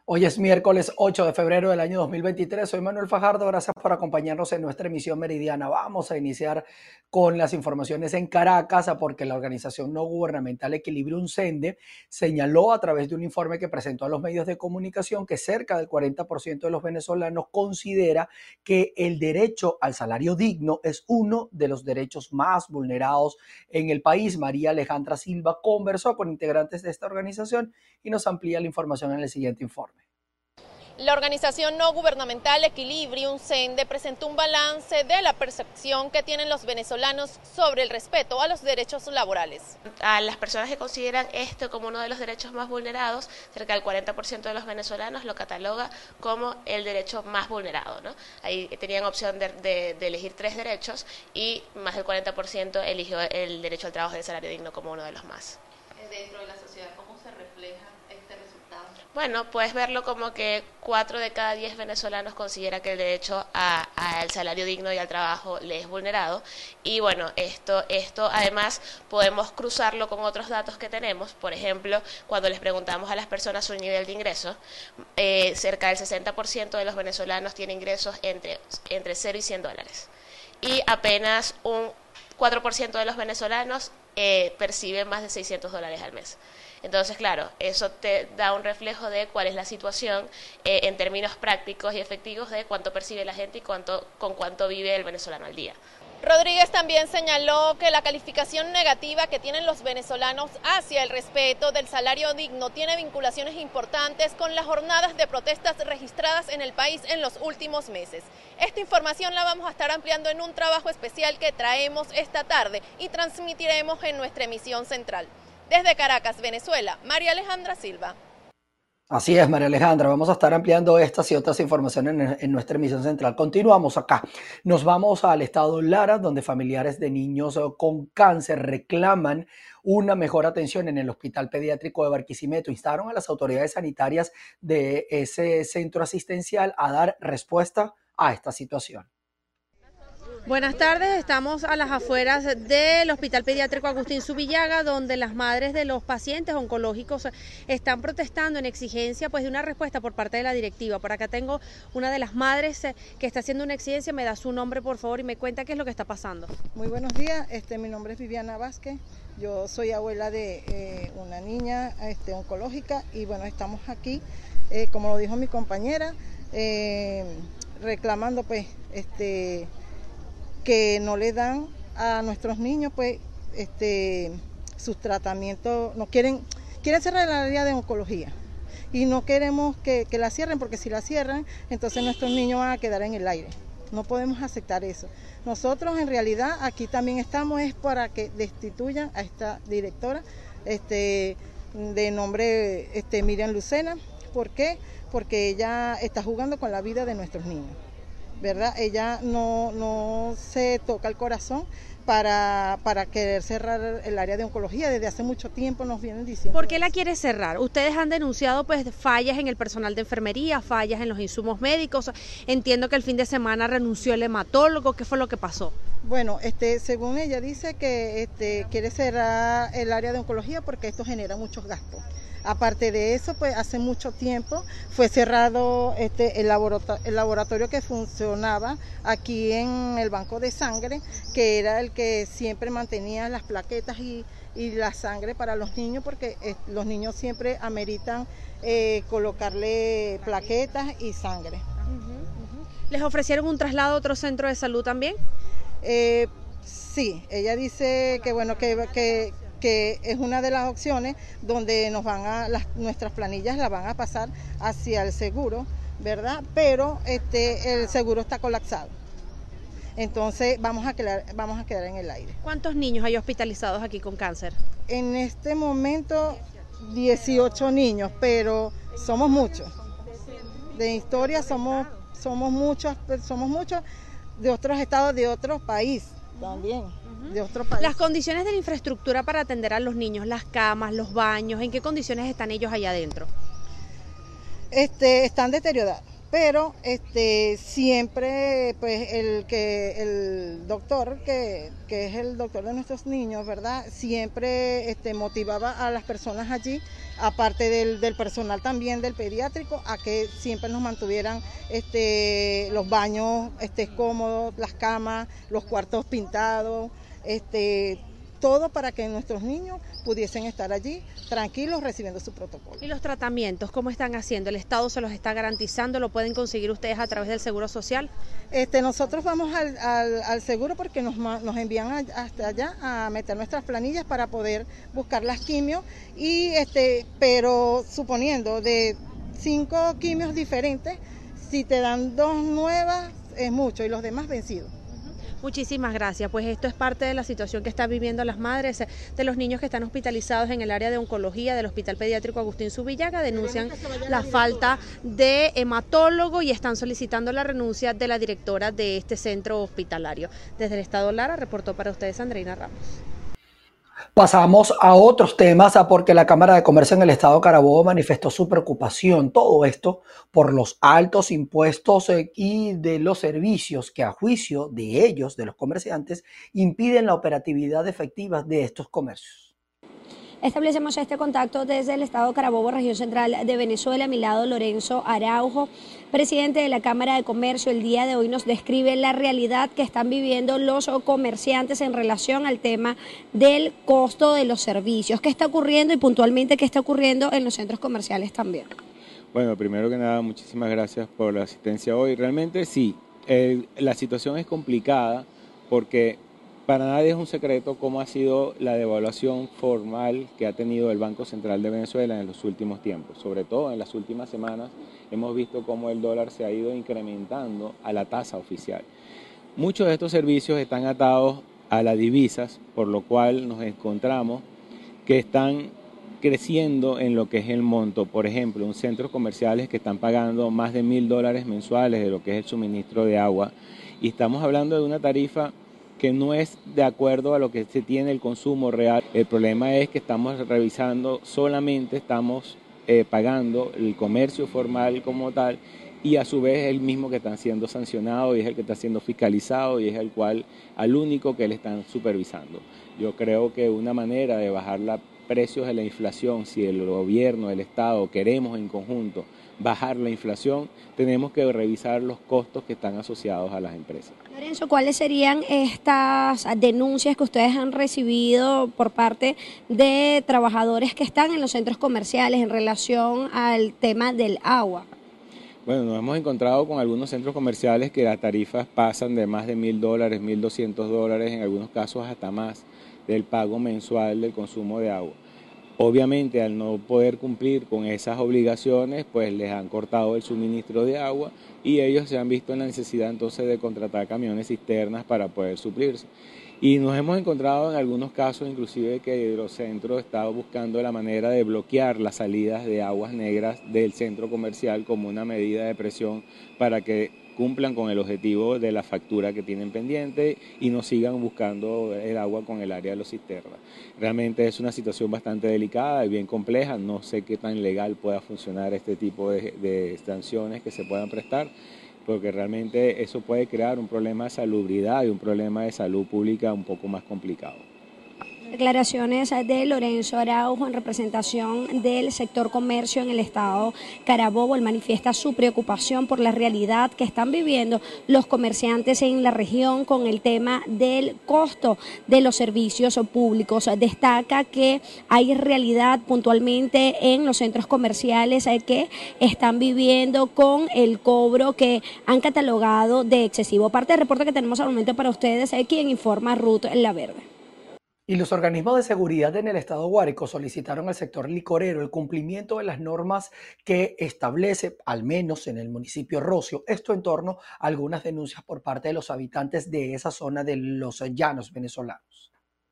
Hoy es miércoles 8 de febrero del año 2023. Soy Manuel Fajardo. Gracias por acompañarnos en nuestra emisión meridiana. Vamos a iniciar con las informaciones en Caracas, porque la organización no gubernamental Equilibrium Sende señaló a través de un informe que presentó a los medios de comunicación que cerca del 40% de los venezolanos considera que el derecho al salario digno es uno de los derechos más vulnerados en el país. María Alejandra Silva conversó con integrantes de esta organización y nos amplía la información en el siguiente informe. La organización no gubernamental Equilibrium Sende presentó un balance de la percepción que tienen los venezolanos sobre el respeto a los derechos laborales. A las personas que consideran esto como uno de los derechos más vulnerados, cerca del 40% de los venezolanos lo cataloga como el derecho más vulnerado, ¿no? Ahí tenían opción de elegir 3 derechos y más del 40% eligió el derecho al trabajo de salario digno como uno de los más. Dentro de la sociedad, ¿cómo se refleja este resultado? Bueno, puedes verlo como que 4 de cada 10 venezolanos considera que el derecho al salario digno y al trabajo le es vulnerado. Y bueno, esto además podemos cruzarlo con otros datos que tenemos. Por ejemplo, cuando les preguntamos a las personas su nivel de ingreso, cerca del 60% de los venezolanos tiene ingresos entre 0 y $100. Y apenas un 4% de los venezolanos perciben más de $600 al mes. Entonces, claro, eso te da un reflejo de cuál es la situación en términos prácticos y efectivos de cuánto percibe la gente y con cuánto vive el venezolano al día. Rodríguez también señaló que la calificación negativa que tienen los venezolanos hacia el respeto del salario digno tiene vinculaciones importantes con las jornadas de protestas registradas en el país en los últimos meses. Esta información la vamos a estar ampliando en un trabajo especial que traemos esta tarde y transmitiremos en nuestra emisión central. Desde Caracas, Venezuela, María Alejandra Silva. Así es, María Alejandra. Vamos a estar ampliando estas y otras informaciones en nuestra emisión central. Continuamos acá. Nos vamos al estado Lara, donde familiares de niños con cáncer reclaman una mejor atención en el Hospital Pediátrico de Barquisimeto. Instaron a las autoridades sanitarias de ese centro asistencial a dar respuesta a esta situación. Buenas tardes, estamos a las afueras del Hospital Pediátrico Agustín Zubillaga, donde las madres de los pacientes oncológicos están protestando en exigencia de una respuesta por parte de la directiva. Por acá tengo una de las madres que está haciendo una exigencia. Me da su nombre, por favor, y me cuenta qué es lo que está pasando. Muy buenos días, mi nombre es Viviana Vázquez, yo soy abuela de una niña oncológica y bueno, estamos aquí, como lo dijo mi compañera, reclamando que no le dan a nuestros niños sus tratamientos. No quieren cerrar el área de oncología y no queremos que la cierren, porque si la cierran entonces nuestros niños van a quedar en el aire. No podemos aceptar eso. Nosotros en realidad aquí también estamos es para que destituyan a esta directora de nombre Miriam Lucena. ¿Por qué? Porque ella está jugando con la vida de nuestros niños, ¿verdad? Ella no se toca el corazón para querer cerrar el área de oncología. Desde hace mucho tiempo nos vienen diciendo. ¿Por qué la quiere cerrar? Ustedes han denunciado fallas en el personal de enfermería, fallas en los insumos médicos. Entiendo que el fin de semana renunció el hematólogo. ¿Qué fue lo que pasó? Bueno, según ella dice que quiere cerrar el área de oncología porque esto genera muchos gastos. Aparte de eso, hace mucho tiempo fue cerrado el laboratorio que funcionaba aquí en el banco de sangre, que era el que siempre mantenía las plaquetas y la sangre para los niños, porque los niños siempre ameritan colocarle plaquetas y sangre. ¿Les ofrecieron un traslado a otro centro de salud también? Sí, ella dice que bueno, que es una de las opciones donde nuestras planillas las van a pasar hacia el seguro, ¿verdad? Pero el seguro está colapsado. Entonces vamos a quedar en el aire. ¿Cuántos niños hay hospitalizados aquí con cáncer? En este momento 18 niños, pero somos muchos. De historia somos muchos de otros estados, de otros países también. De otro país. Las condiciones de la infraestructura para atender a los niños, las camas, los baños, ¿en qué condiciones están ellos allá adentro? Están deterioradas, pero siempre pues el doctor que es el doctor de nuestros niños, ¿verdad? Siempre motivaba a las personas allí, aparte del personal también del pediátrico, a que siempre nos mantuvieran los baños cómodos, las camas, los cuartos pintados, todo para que nuestros niños pudiesen estar allí tranquilos recibiendo su protocolo. ¿Y los tratamientos cómo están haciendo? ¿El Estado se los está garantizando? ¿Lo pueden conseguir ustedes a través del Seguro Social? Nosotros vamos al seguro porque nos envían hasta allá a meter nuestras planillas para poder buscar las quimios, pero suponiendo de 5 quimios diferentes, si te dan 2 nuevas es mucho y los demás vencidos. Muchísimas gracias, pues esto es parte de la situación que están viviendo las madres de los niños que están hospitalizados en el área de oncología del Hospital Pediátrico Agustín Zubillaga. Denuncian la falta de hematólogo y están solicitando la renuncia de la directora de este centro hospitalario. Desde el Estado Lara reportó para ustedes Andreina Ramos. Pasamos a otros temas, porque la Cámara de Comercio en el Estado Carabobo manifestó su preocupación, todo esto por los altos impuestos y de los servicios que, a juicio de ellos, de los comerciantes, impiden la operatividad efectiva de estos comercios. Establecemos este contacto desde el Estado Carabobo, región central de Venezuela. A mi lado, Lorenzo Araujo, presidente de la Cámara de Comercio. El día de hoy nos describe la realidad que están viviendo los comerciantes en relación al tema del costo de los servicios. ¿Qué está ocurriendo y puntualmente qué está ocurriendo en los centros comerciales también? Bueno, primero que nada, muchísimas gracias por la asistencia hoy. Realmente sí, la situación es complicada porque para nadie es un secreto cómo ha sido la devaluación formal que ha tenido el Banco Central de Venezuela en los últimos tiempos. Sobre todo en las últimas semanas hemos visto cómo el dólar se ha ido incrementando a la tasa oficial. Muchos de estos servicios están atados a las divisas, por lo cual nos encontramos que están creciendo en lo que es el monto. Por ejemplo, un centros comerciales que están pagando más de $1.000 mensuales de lo que es el suministro de agua, y estamos hablando de una tarifa que no es de acuerdo a lo que se tiene el consumo real. El problema es que estamos revisando, solamente estamos pagando el comercio formal como tal, y a su vez es el mismo que están siendo sancionado y es el que está siendo fiscalizado y es el cual al único que le están supervisando. Yo creo que una manera de bajar los precios de la inflación, si el gobierno, el Estado queremos en conjunto bajar la inflación, tenemos que revisar los costos que están asociados a las empresas. Lorenzo, ¿cuáles serían estas denuncias que ustedes han recibido por parte de trabajadores que están en los centros comerciales en relación al tema del agua? Bueno, nos hemos encontrado con algunos centros comerciales que las tarifas pasan de más de $1.000, $1.200, en algunos casos hasta más del pago mensual del consumo de agua. Obviamente, al no poder cumplir con esas obligaciones, pues les han cortado el suministro de agua y ellos se han visto en la necesidad entonces de contratar camiones cisternas para poder suplirse. Y nos hemos encontrado en algunos casos inclusive que Hidrocentro está buscando la manera de bloquear las salidas de aguas negras del centro comercial como una medida de presión para que cumplan con el objetivo de la factura que tienen pendiente y no sigan buscando el agua con el área de los cisternas. Realmente es una situación bastante delicada y bien compleja. No sé qué tan legal pueda funcionar este tipo de sanciones que se puedan prestar, porque realmente eso puede crear un problema de salubridad y un problema de salud pública un poco más complicado. Declaraciones de Lorenzo Araujo en representación del sector comercio en el estado Carabobo. Él manifiesta su preocupación por la realidad que están viviendo los comerciantes en la región con el tema del costo de los servicios públicos. Destaca que hay realidad puntualmente en los centros comerciales que están viviendo con el cobro que han catalogado de excesivo. Parte del reporte que tenemos al momento para ustedes, quien informa Ruth La Verde. Y los organismos de seguridad en el estado Guárico solicitaron al sector licorero el cumplimiento de las normas que establece, al menos en el municipio Rocio, esto en torno a algunas denuncias por parte de los habitantes de esa zona de los llanos venezolanos.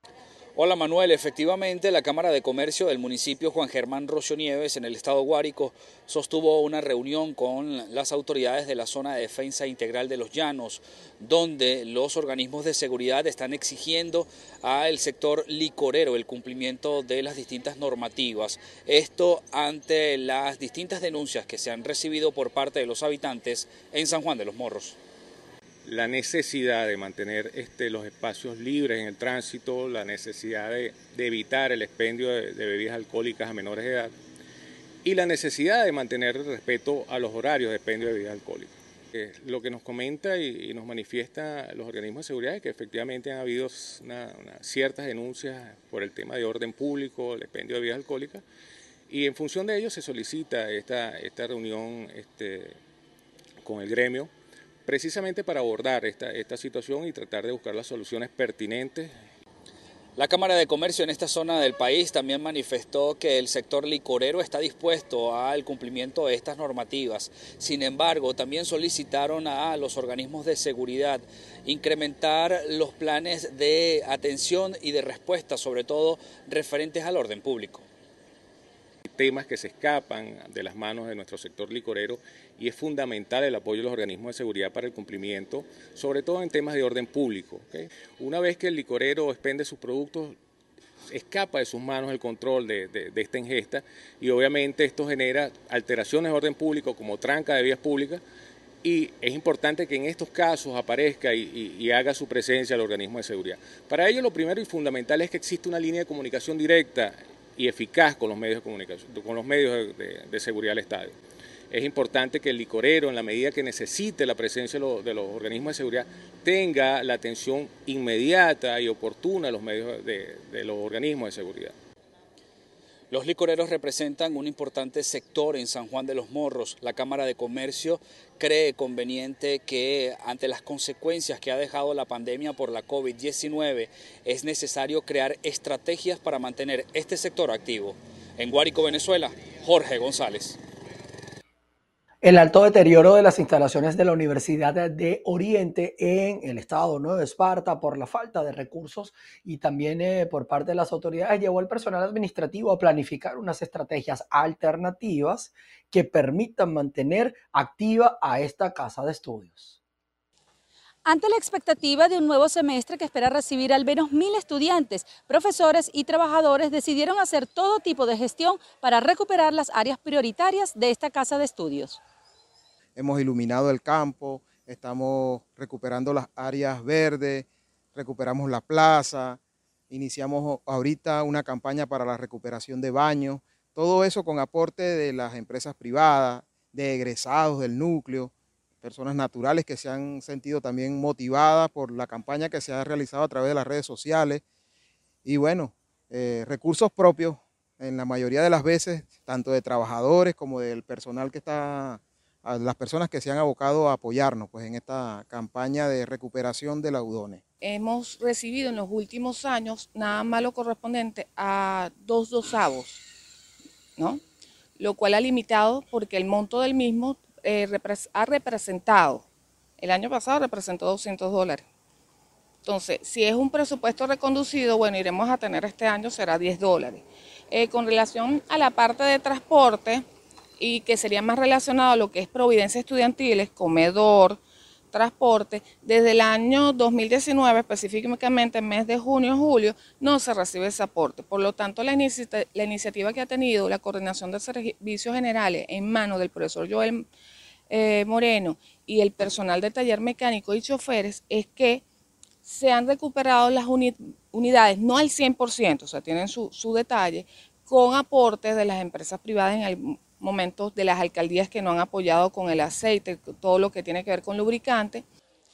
Hola Manuel, efectivamente la Cámara de Comercio del municipio Juan Germán Rocio Nieves en el estado Guárico sostuvo una reunión con las autoridades de la zona de defensa integral de los Llanos, donde los organismos de seguridad están exigiendo al sector licorero el cumplimiento de las distintas normativas. Esto ante las distintas denuncias que se han recibido por parte de los habitantes en San Juan de los Morros. La necesidad de mantener los espacios libres en el tránsito, la necesidad de evitar el expendio de bebidas alcohólicas a menores de edad y la necesidad de mantener el respeto a los horarios de expendio de bebidas alcohólicas. Lo que nos comenta y nos manifiesta los organismos de seguridad es que efectivamente han habido ciertas denuncias por el tema de orden público, el expendio de bebidas alcohólicas, y en función de ello se solicita esta reunión con el gremio, precisamente para abordar esta situación y tratar de buscar las soluciones pertinentes. La Cámara de Comercio en esta zona del país también manifestó que el sector licorero está dispuesto al cumplimiento de estas normativas. Sin embargo, también solicitaron a los organismos de seguridad incrementar los planes de atención y de respuesta, sobre todo referentes al orden público. Temas que se escapan de las manos de nuestro sector licorero y es fundamental el apoyo de los organismos de seguridad para el cumplimiento, sobre todo en temas de orden público. ¿Okay? Una vez que el licorero expende sus productos, escapa de sus manos el control de esta ingesta y obviamente esto genera alteraciones de orden público como tranca de vías públicas y es importante que en estos casos aparezca y haga su presencia el organismo de seguridad. Para ello lo primero y fundamental es que exista una línea de comunicación directa y eficaz con los medios de comunicación, con los medios de seguridad del Estado. Es importante que el licorero, en la medida que necesite la presencia de los organismos de seguridad, tenga la atención inmediata y oportuna de los medios de los organismos de seguridad. Los licoreros representan un importante sector en San Juan de los Morros. La Cámara de Comercio cree conveniente que ante las consecuencias que ha dejado la pandemia por la COVID-19 es necesario crear estrategias para mantener este sector activo. En Guárico, Venezuela, Jorge González. El alto deterioro de las instalaciones de la Universidad de Oriente en el estado Nueva Esparta por la falta de recursos y también por parte de las autoridades llevó al personal administrativo a planificar unas estrategias alternativas que permitan mantener activa a esta casa de estudios. Ante la expectativa de un nuevo semestre que espera recibir al menos 1000 estudiantes, profesores y trabajadores decidieron hacer todo tipo de gestión para recuperar las áreas prioritarias de esta casa de estudios. Hemos iluminado el campo, estamos recuperando las áreas verdes, recuperamos la plaza, iniciamos ahorita una campaña para la recuperación de baños, todo eso con aporte de las empresas privadas, de egresados del núcleo, personas naturales que se han sentido también motivadas por la campaña que se ha realizado a través de las redes sociales y bueno, recursos propios en la mayoría de las veces, tanto de trabajadores como del personal que está, a las personas que se han abocado a apoyarnos pues, en esta campaña de recuperación de la UDONE. Hemos recibido en los últimos años nada más lo correspondiente a 2 dosavos, ¿no? Lo cual ha limitado porque el monto del mismo ha representado, el año pasado representó $200. Entonces, si es un presupuesto reconducido, bueno, iremos a tener este año, será $10. Con relación a la parte de transporte, y que sería más relacionado a lo que es providencia estudiantiles, comedor, transporte, desde el año 2019, específicamente en mes de junio, julio, no se recibe ese aporte. Por lo tanto, la iniciativa que ha tenido la Coordinación de Servicios Generales en manos del profesor Joel Moreno y el personal de taller mecánico y choferes es que se han recuperado las unidades, no al 100%, o sea, tienen su detalle, con aportes de las empresas privadas en el momentos de las alcaldías que no han apoyado con el aceite, todo lo que tiene que ver con lubricante.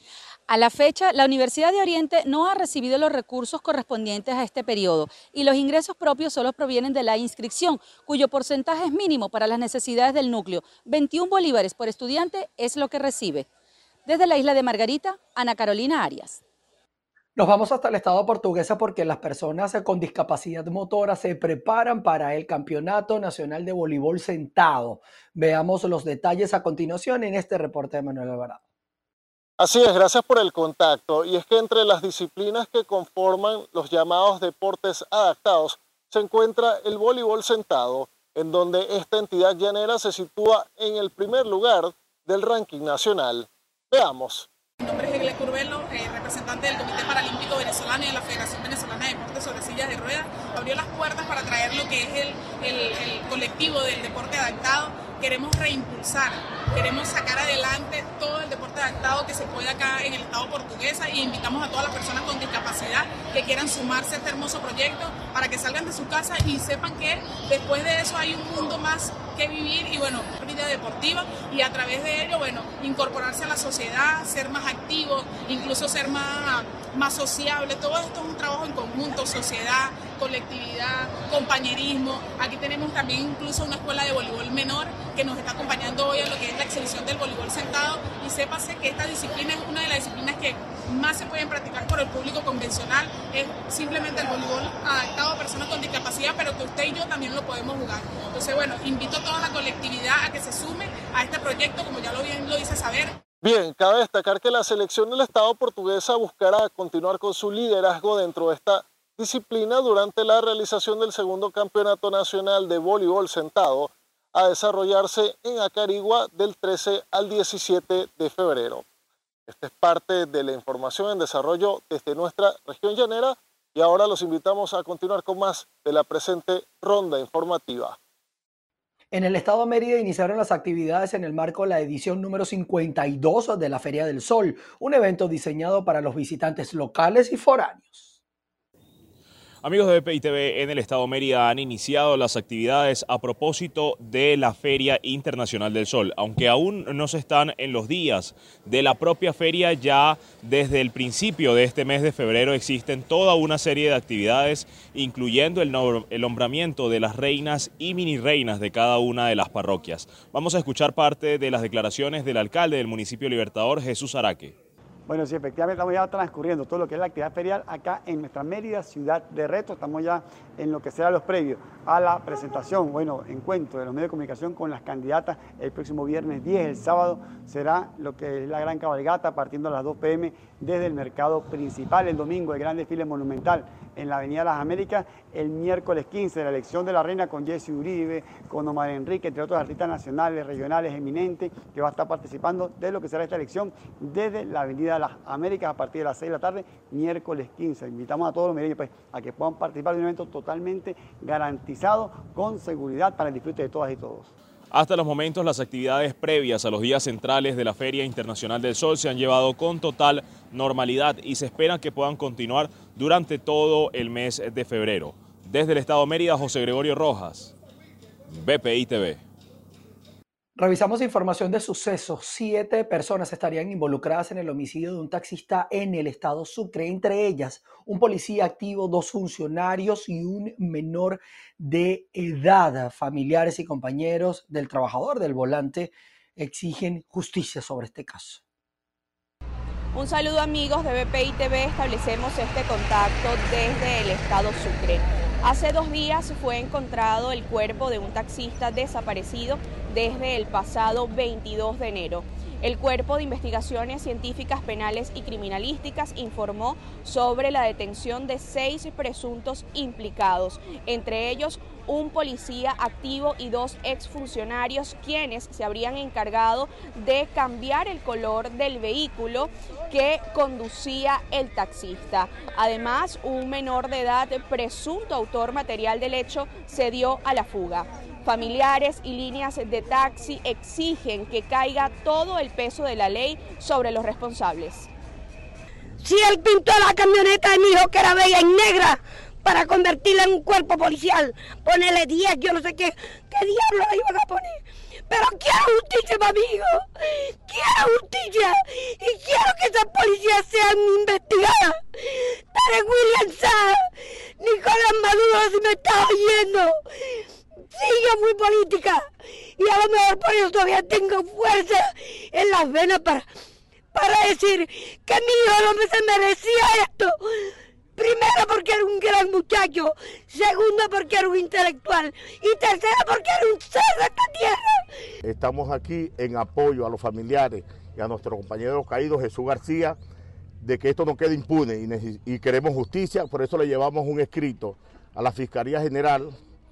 A la fecha, la Universidad de Oriente no ha recibido los recursos correspondientes a este periodo y los ingresos propios solo provienen de la inscripción, cuyo porcentaje es mínimo para las necesidades del núcleo. 21 bolívares por estudiante es lo que recibe. Desde la isla de Margarita, Ana Carolina Arias. Nos vamos hasta el estado portuguesa porque las personas con discapacidad motora se preparan para el Campeonato Nacional de Voleibol Sentado. Veamos los detalles a continuación en este reporte de Manuel Alvarado. Así es, gracias por el contacto. Y es que entre las disciplinas que conforman los llamados deportes adaptados se encuentra el voleibol sentado, en donde esta entidad llanera se sitúa en el primer lugar del ranking nacional. Veamos. Mi nombre es Egle Curbelo, representante del Comité Paralímpico Venezolano y de la Federación Venezolana de Deportes sobre Sillas de Ruedas. Abrió las puertas para traer lo que es el colectivo del deporte adaptado. Queremos reimpulsar, queremos sacar adelante todo el deporte adaptado que se puede acá en el Estado Portuguesa y invitamos a todas las personas con discapacidad que quieran sumarse a este hermoso proyecto para que salgan de su casa y sepan que después de eso hay un mundo más que vivir y bueno, vida deportiva y a través de ello, bueno, incorporarse a la sociedad, ser más activos, incluso ser más sociable. Todo esto es un trabajo en conjunto, sociedad, colectividad, compañerismo. Aquí tenemos también incluso una escuela de voleibol menor que nos está acompañando hoy a lo que es la exhibición del voleibol sentado y sépase que esta disciplina es una de las disciplinas que más se pueden practicar por el público convencional, es simplemente el voleibol adaptado a personas con discapacidad, pero que usted y yo también lo podemos jugar. Entonces, bueno, invito a toda la colectividad a que se sume a este proyecto, como ya bien lo hice saber. Bien, cabe destacar que la selección del Estado portuguesa buscará continuar con su liderazgo dentro de esta disciplina durante la realización del segundo campeonato nacional de voleibol sentado a desarrollarse en Acarigua del 13 al 17 de febrero. Esta es parte de la información en desarrollo desde nuestra región llanera y ahora los invitamos a continuar con más de la presente ronda informativa. En el estado de Mérida iniciaron las actividades en el marco de la edición número 52 de la Feria del Sol, un evento diseñado para los visitantes locales y foráneos. Amigos de BPI TV, en el estado de Mérida han iniciado las actividades a propósito de la Feria Internacional del Sol. Aunque aún no se están en los días de la propia feria, ya desde el principio de este mes de febrero existen toda una serie de actividades, incluyendo el nombramiento de las reinas y mini reinas de cada una de las parroquias. Vamos a escuchar parte de las declaraciones del alcalde del municipio Libertador, Jesús Araque. Bueno, sí, efectivamente estamos ya transcurriendo todo lo que es la actividad ferial acá en nuestra Mérida, ciudad de reto. Estamos ya en lo que será los previos a la presentación, encuentro de los medios de comunicación con las candidatas el próximo viernes 10. El sábado será lo que es la gran cabalgata partiendo a las 2 p.m. desde el mercado principal. El domingo el gran desfile monumental en la Avenida Las Américas. El miércoles 15 la elección de la reina con Jessy Uribe, con Omar Enrique, entre otros artistas nacionales, regionales, eminentes, que va a estar participando de lo que será esta elección desde la Avenida Las Américas a partir de las 6 de la tarde, miércoles 15. Invitamos a todos los merideños a que puedan participar de un evento totalmente garantizado con seguridad para el disfrute de todas y todos. Hasta los momentos, las actividades previas a los días centrales de la Feria Internacional del Sol se han llevado con total normalidad y se espera que puedan continuar durante todo el mes de febrero. Desde el estado de Mérida, José Gregorio Rojas, BPI TV. Revisamos información de sucesos. 7 personas estarían involucradas en el homicidio de un taxista en el estado Sucre, entre ellas un policía activo, 2 funcionarios y un menor de edad. Familiares y compañeros del trabajador del volante exigen justicia sobre este caso. Un saludo amigos de BPI TV, establecemos este contacto desde el estado Sucre. Hace 2 días fue encontrado el cuerpo de un taxista desaparecido desde el pasado 22 de enero. El Cuerpo de Investigaciones Científicas Penales y Criminalísticas informó sobre la detención de 6 presuntos implicados, entre ellos un policía activo y 2 exfuncionarios quienes se habrían encargado de cambiar el color del vehículo que conducía el taxista. Además, un menor de edad, presunto autor material del hecho, se dio a la fuga. Familiares y líneas de taxi exigen que caiga todo el peso de la ley sobre los responsables. Si él pintó la camioneta de mi hijo que era bella en negra para convertirla en un cuerpo policial, ponerle 10, yo no sé qué diablo le iban a poner. Pero quiero justicia para mi hijo, quiero justicia y quiero que esas policías sean investigadas. Tarek William Saab, Nicolás Maduro, si me está oyendo. Sí, yo fui política y a lo mejor por eso todavía tengo fuerza en las venas para decir que mi hijo no se merecía esto. Primero porque era un gran muchacho, segundo porque era un intelectual y tercero porque era un ser de esta tierra. Estamos aquí en apoyo a los familiares y a nuestro compañero caído Jesús García de que esto no quede impune y queremos justicia. Por eso le llevamos un escrito a la Fiscalía General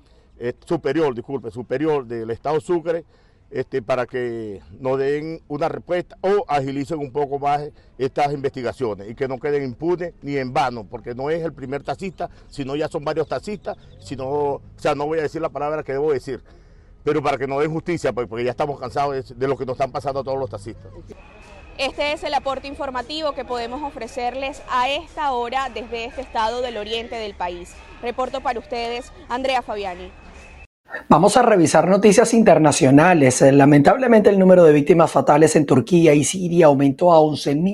Superior del Estado Sucre, para que nos den una respuesta o agilicen un poco más estas investigaciones y que no queden impunes ni en vano, porque no es el primer taxista, sino ya son varios taxistas, no voy a decir la palabra que debo decir, pero para que nos den justicia, porque ya estamos cansados de lo que nos están pasando a todos los taxistas. Este es el aporte informativo que podemos ofrecerles a esta hora desde este estado del oriente del país. Reporto para ustedes, Andrea Fabiani. Vamos a revisar noticias internacionales. Lamentablemente el número de víctimas fatales en Turquía y Siria aumentó a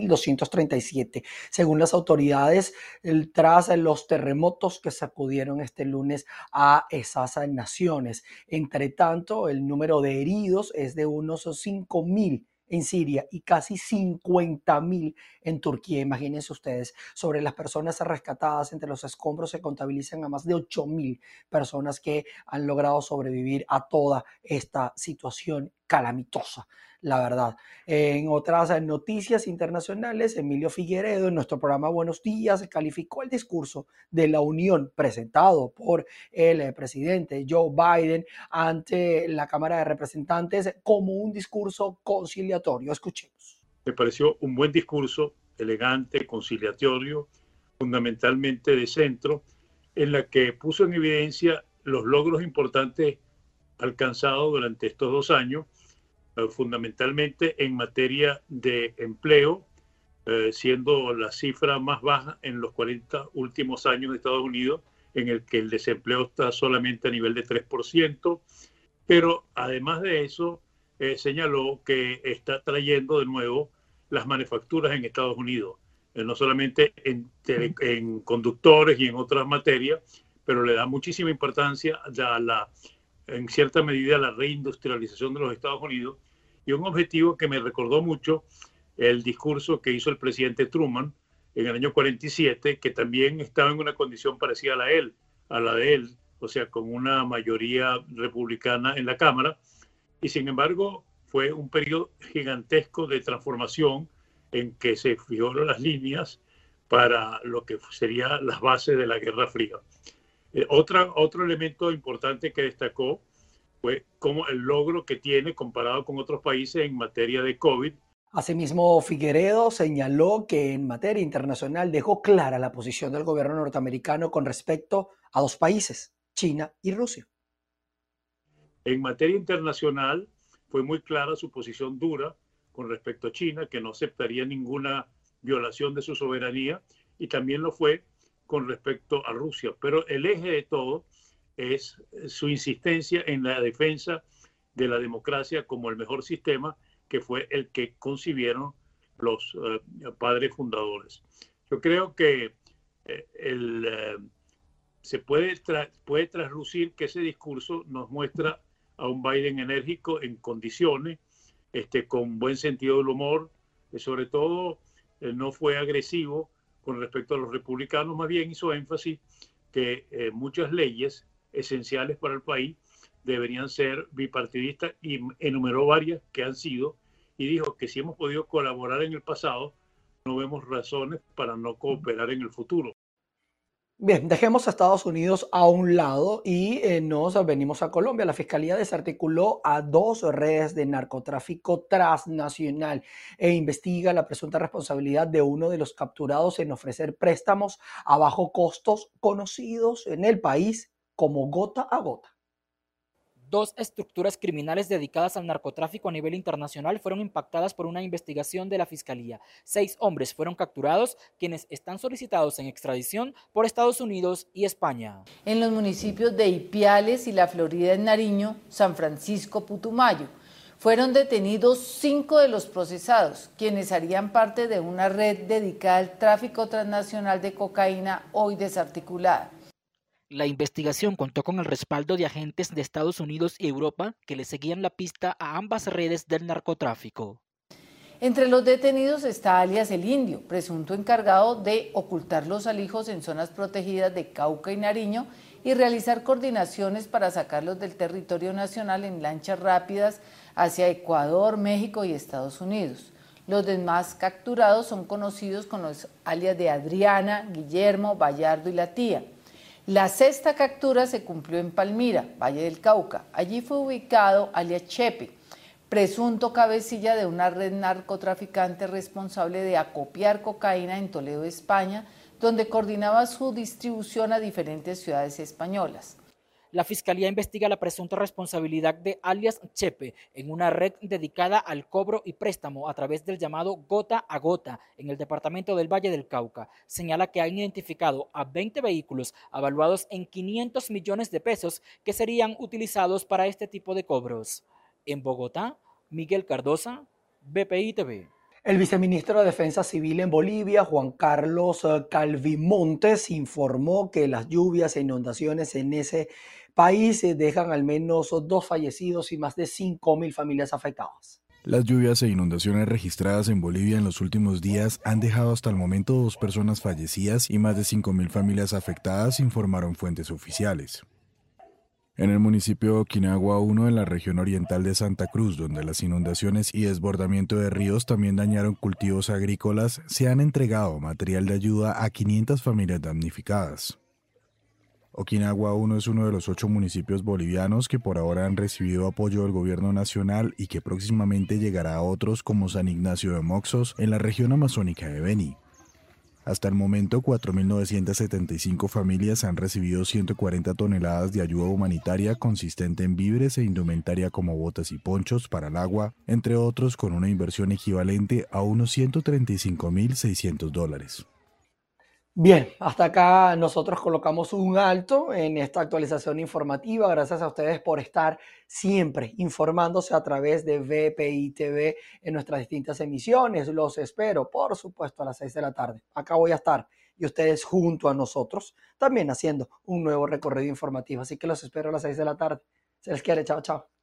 11.237, según las autoridades, tras los terremotos que sacudieron este lunes a esas naciones. Entre tanto, el número de heridos es de unos 5.000 en Siria y casi 50.000 en Turquía. Imagínense ustedes, sobre las personas rescatadas entre los escombros se contabilizan a más de 8.000 personas que han logrado sobrevivir a toda esta situación calamitosa, la verdad. En otras noticias internacionales, Emilio Figueredo, en nuestro programa Buenos Días, calificó el discurso de la Unión presentado por el presidente Joe Biden ante la Cámara de Representantes como un discurso conciliatorio. Escuchemos. Me pareció un buen discurso, elegante, conciliatorio, fundamentalmente de centro, en la que puso en evidencia los logros importantes alcanzados durante estos 2 años, fundamentalmente en materia de empleo, siendo la cifra más baja en los 40 últimos años de Estados Unidos, en el que el desempleo está solamente a nivel de 3%, pero además de eso señaló que está trayendo de nuevo las manufacturas en Estados Unidos, no solamente en conductores y en otras materias, pero le da muchísima importancia en cierta medida la reindustrialización de los Estados Unidos, y un objetivo que me recordó mucho el discurso que hizo el presidente Truman en el año 47, que también estaba en una condición parecida a la de él, o sea, con una mayoría republicana en la Cámara, y sin embargo fue un periodo gigantesco de transformación en que se fijaron las líneas para lo que serían las bases de la Guerra Fría. Otro elemento importante que destacó fue como el logro que tiene comparado con otros países en materia de COVID. Asimismo, Figueredo señaló que en materia internacional dejó clara la posición del gobierno norteamericano con respecto a 2 países, China y Rusia. En materia internacional fue muy clara su posición dura con respecto a China, que no aceptaría ninguna violación de su soberanía, y también lo fue con respecto a Rusia. Pero el eje de todo es su insistencia en la defensa de la democracia como el mejor sistema, que fue el que concibieron los padres fundadores. Yo creo que se puede traslucir que ese discurso nos muestra a un Biden enérgico, en condiciones, con buen sentido del humor, sobre todo no fue agresivo con respecto a los republicanos, más bien hizo énfasis que muchas leyes esenciales para el país deberían ser bipartidistas, y enumeró varias que han sido, y dijo que si hemos podido colaborar en el pasado, no vemos razones para no cooperar en el futuro. Bien, dejemos a Estados Unidos a un lado y nos venimos a Colombia. La Fiscalía desarticuló a 2 redes de narcotráfico transnacional e investiga la presunta responsabilidad de uno de los capturados en ofrecer préstamos a bajo costos conocidos en el país como gota a gota. 2 estructuras criminales dedicadas al narcotráfico a nivel internacional fueron impactadas por una investigación de la Fiscalía. 6 hombres fueron capturados, quienes están solicitados en extradición por Estados Unidos y España. En los municipios de Ipiales y La Florida en Nariño, San Francisco, Putumayo, fueron detenidos 5 de los procesados, quienes harían parte de una red dedicada al tráfico transnacional de cocaína hoy desarticulada. La investigación contó con el respaldo de agentes de Estados Unidos y Europa que le seguían la pista a ambas redes del narcotráfico. Entre los detenidos está alias El Indio, presunto encargado de ocultar los alijos en zonas protegidas de Cauca y Nariño y realizar coordinaciones para sacarlos del territorio nacional en lanchas rápidas hacia Ecuador, México y Estados Unidos. Los demás capturados son conocidos con los alias de Adriana, Guillermo, Bayardo y la tía. La sexta captura se cumplió en Palmira, Valle del Cauca. Allí fue ubicado alias Chepe, presunto cabecilla de una red narcotraficante responsable de acopiar cocaína en Toledo, España, donde coordinaba su distribución a diferentes ciudades españolas. La Fiscalía investiga la presunta responsabilidad de alias Chepe en una red dedicada al cobro y préstamo a través del llamado Gota a Gota en el departamento del Valle del Cauca. Señala que han identificado a 20 vehículos avaluados en 500 millones de pesos que serían utilizados para este tipo de cobros. En Bogotá, Miguel Cardosa, BPI TV. El viceministro de Defensa Civil en Bolivia, Juan Carlos Calvimontes, informó que las lluvias e inundaciones en ese país dejan al menos 2 fallecidos y más de 5.000 familias afectadas. Las lluvias e inundaciones registradas en Bolivia en los últimos días han dejado hasta el momento 2 personas fallecidas y más de 5.000 familias afectadas, informaron fuentes oficiales. En el municipio de Oquinagua 1, en la región oriental de Santa Cruz, donde las inundaciones y desbordamiento de ríos también dañaron cultivos agrícolas, se han entregado material de ayuda a 500 familias damnificadas. Oquinagua 1 es uno de los 8 municipios bolivianos que por ahora han recibido apoyo del gobierno nacional y que próximamente llegará a otros como San Ignacio de Moxos, en la región amazónica de Beni. Hasta el momento, 4.975 familias han recibido 140 toneladas de ayuda humanitaria consistente en víveres e indumentaria como botas y ponchos para el agua, entre otros con una inversión equivalente a unos $135.600. Bien, hasta acá nosotros colocamos un alto en esta actualización informativa. Gracias a ustedes por estar siempre informándose a través de BPI TV en nuestras distintas emisiones. Los espero, por supuesto, a las 6 de la tarde. Acá voy a estar y ustedes junto a nosotros también haciendo un nuevo recorrido informativo. Así que los espero a las 6 de la tarde. Se les quiere. Chao, chao.